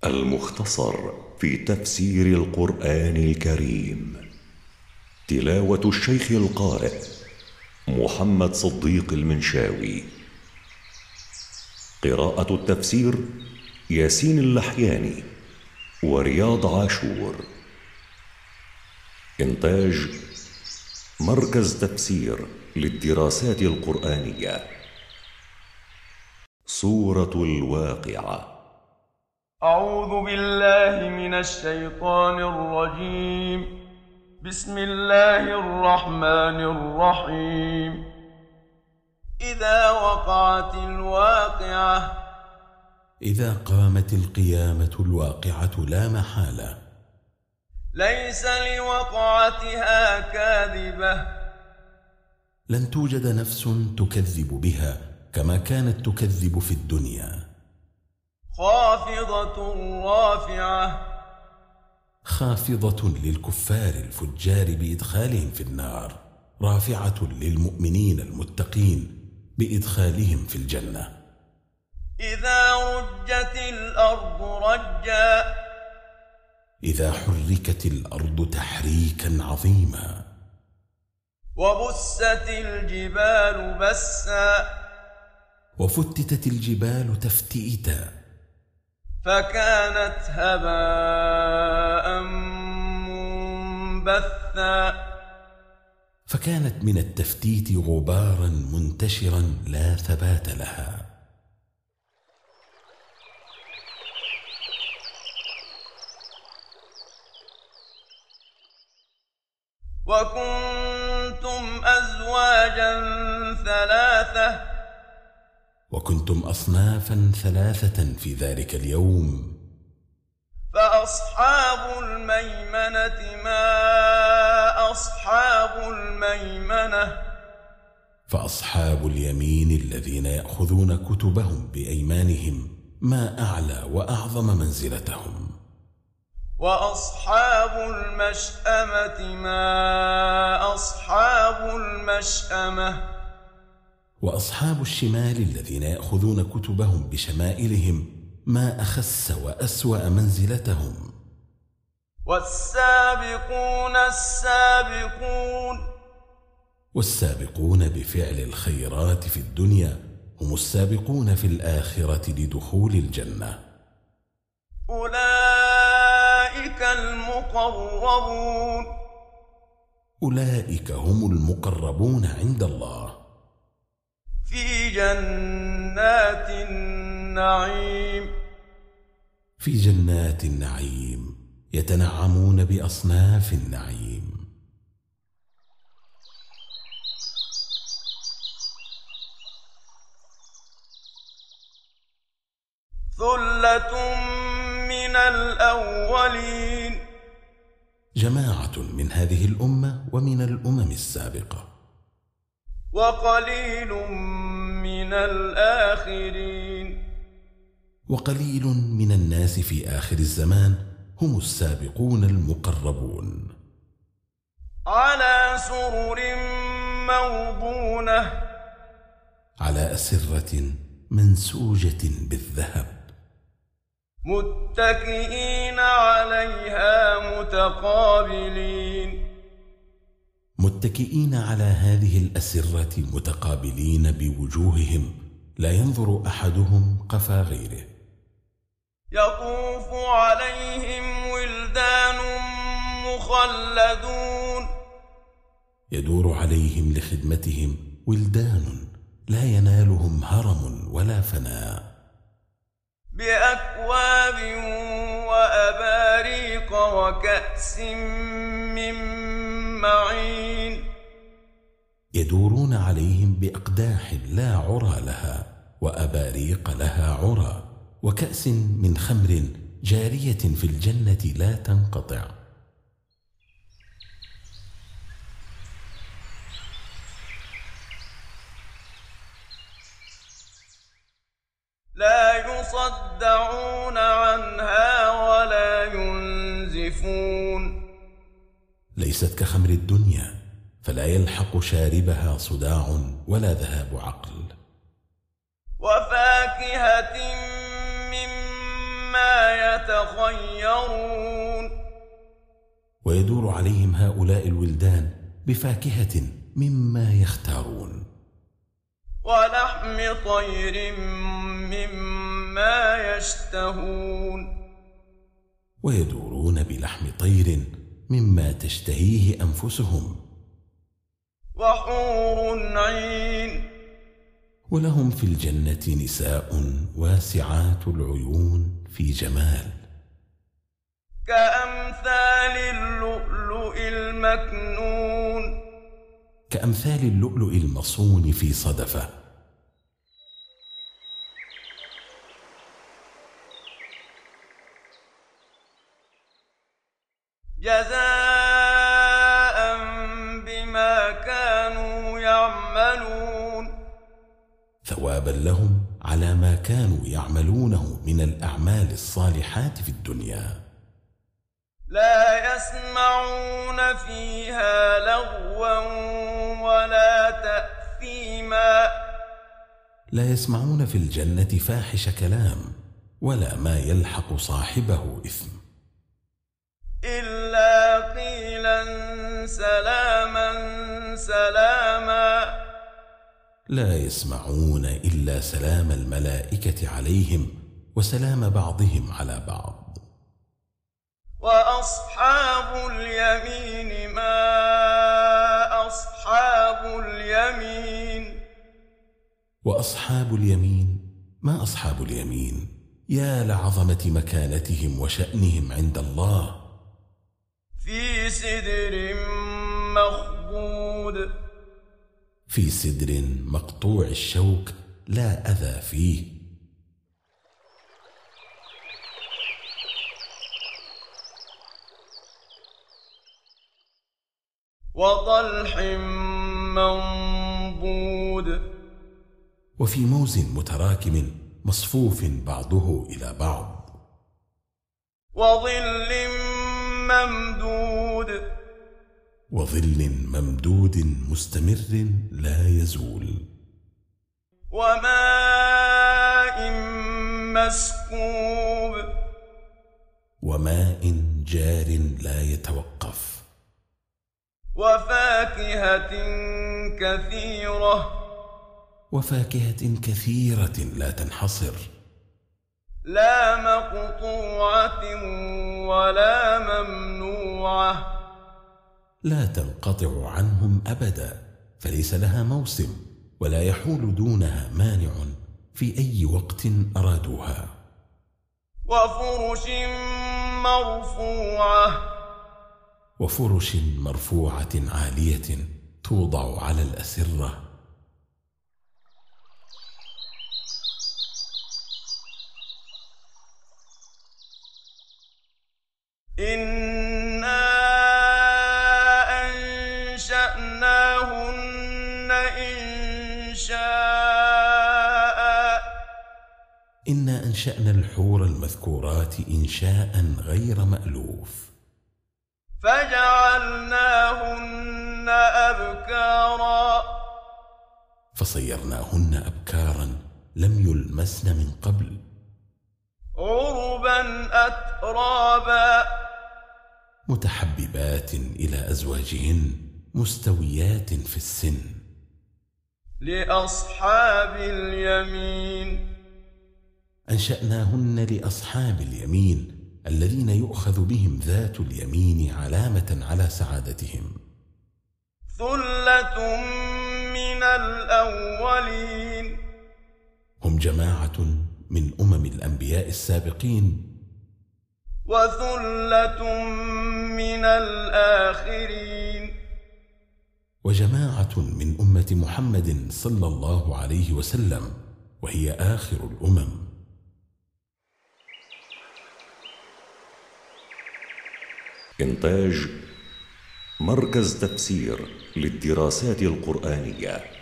المختصر في تفسير القرآن الكريم. تلاوة الشيخ القارئ محمد صديق المنشاوي. قراءة التفسير ياسين اللحياني ورياض عاشور. إنتاج مركز تفسير للدراسات القرآنية. سورة الواقعة. أعوذ بالله من الشيطان الرجيم. بسم الله الرحمن الرحيم. إذا وقعت الواقعة. إذا قامت القيامة الواقعة لا محالة. ليس لوقعتها كاذبة. لن توجد نفس تكذب بها كما كانت تكذب في الدنيا. خافضة رافعة. خافضة للكفار الفجار بإدخالهم في النار، رافعة للمؤمنين المتقين بإدخالهم في الجنة. إذا رجت الأرض رجا. إذا حركت الأرض تحريكا عظيما. وبست الجبال بسا. وفتتت الجبال تفتيتا. فكانت هباء منبثا. فكانت من التفتيت غبارا منتشرا لا ثبات لها. وكنتم أزواجا ثلاثة. وكنتم أصنافا ثلاثة في ذلك اليوم. فأصحاب الميمنة ما أصحاب الميمنة. فأصحاب اليمين الذين يأخذون كتبهم بأيمانهم ما أعلى وأعظم منزلتهم. وأصحاب المشأمة ما أصحاب المشأمة. وأصحاب الشمال الذين يأخذون كتبهم بشمائلهم ما أخس وأسوأ منزلتهم. والسابقون السابقون. والسابقون بفعل الخيرات في الدنيا هم السابقون في الآخرة لدخول الجنة. أولئك المقربون. أولئك هم المقربون عند الله. في جنات النعيم. في جنات النعيم يتنعمون بأصناف النعيم. ثلة من الأولين. جماعة من هذه الأمة ومن الأمم السابقة. وقليل من الآخرين. وقليل من الناس في آخر الزمان هم السابقون المقربون. على سرر موضونة. على أسرة منسوجة بالذهب. متكئين عليها متقابلين. متكئين على هذه الأسرة متقابلين بوجوههم لا ينظر أحدهم قفا غيره. يطوف عليهم ولدان مخلدون. يدور عليهم لخدمتهم ولدان لا ينالهم هرم ولا فناء. بأكواب وأباريق وكأس من معين. يدورون عليهم بأقداح لا عرى لها وأباريق لها عرى وكأس من خمر جارية في الجنة لا تنقطع. لا يصدعون عنها ولا ينزفون. ليست كخمر الدنيا فلا يلحق شاربها صداع ولا ذهاب عقل. وفاكهة مما يتخيرون. يتخيرون ويدور عليهم هؤلاء الولدان بفاكهة مما يختارون ولحم طير مما يشتهون ويدورون بلحم طير مما تشتهيه أنفسهم وحور عين ولهم في الجنة نساء واسعات العيون في جمال كأمثال اللؤلؤ المكنون كأمثال اللؤلؤ المصون في صدفة جزاء بما كانوا يعملون ثوابا لهم على ما كانوا يعملونه من الأعمال الصالحات في الدنيا لا يسمعون فيها لغوا ولا تأثيما لا يسمعون في الجنة فاحش كلام ولا ما يلحق صاحبه إثم إلا قيلا سلاما سلاما لا يسمعون إلا سلام الملائكة عليهم وسلام بعضهم على بعض وأصحاب اليمين ما أصحاب اليمين وأصحاب اليمين ما أصحاب اليمين يا لعظمة مكانتهم وشأنهم عند الله في سدر مخضود في سدر مقطوع الشوك لا أذى فيه وطلح منضود وفي موز متراكم مصفوف بعضه إلى بعض وظل ممدود وظل ممدود مستمر لا يزول وماء مسكوب وماء جار لا يتوقف وفاكهة كثيرة وفاكهة كثيرة لا تنحصر لا مقطوعة ولا ممنوعة لا تنقطع عنهم أبدا فليس لها موسم ولا يحول دونها مانع في أي وقت أرادوها وفرش مرفوعة وفرش مرفوعة عالية توضع على الأسرة إنا أنشأناهن إنشاء إنا أنشأنا الحور المذكورات إنشاء غير مألوف فجعلناهن أبكارا فصيرناهن أبكارا لم يلمسن من قبل عربا أترابا متحببات إلى أزواجهن مستويات في السن لأصحاب اليمين أنشأناهن لأصحاب اليمين الذين يؤخذ بهم ذات اليمين علامة على سعادتهم ثلة من الأولين هم جماعة من أمم الأنبياء السابقين وثلة من الآخرين وجماعة من أمة محمد صلى الله عليه وسلم وهي آخر الأمم إنتاج مركز تفسير للدراسات القرآنية.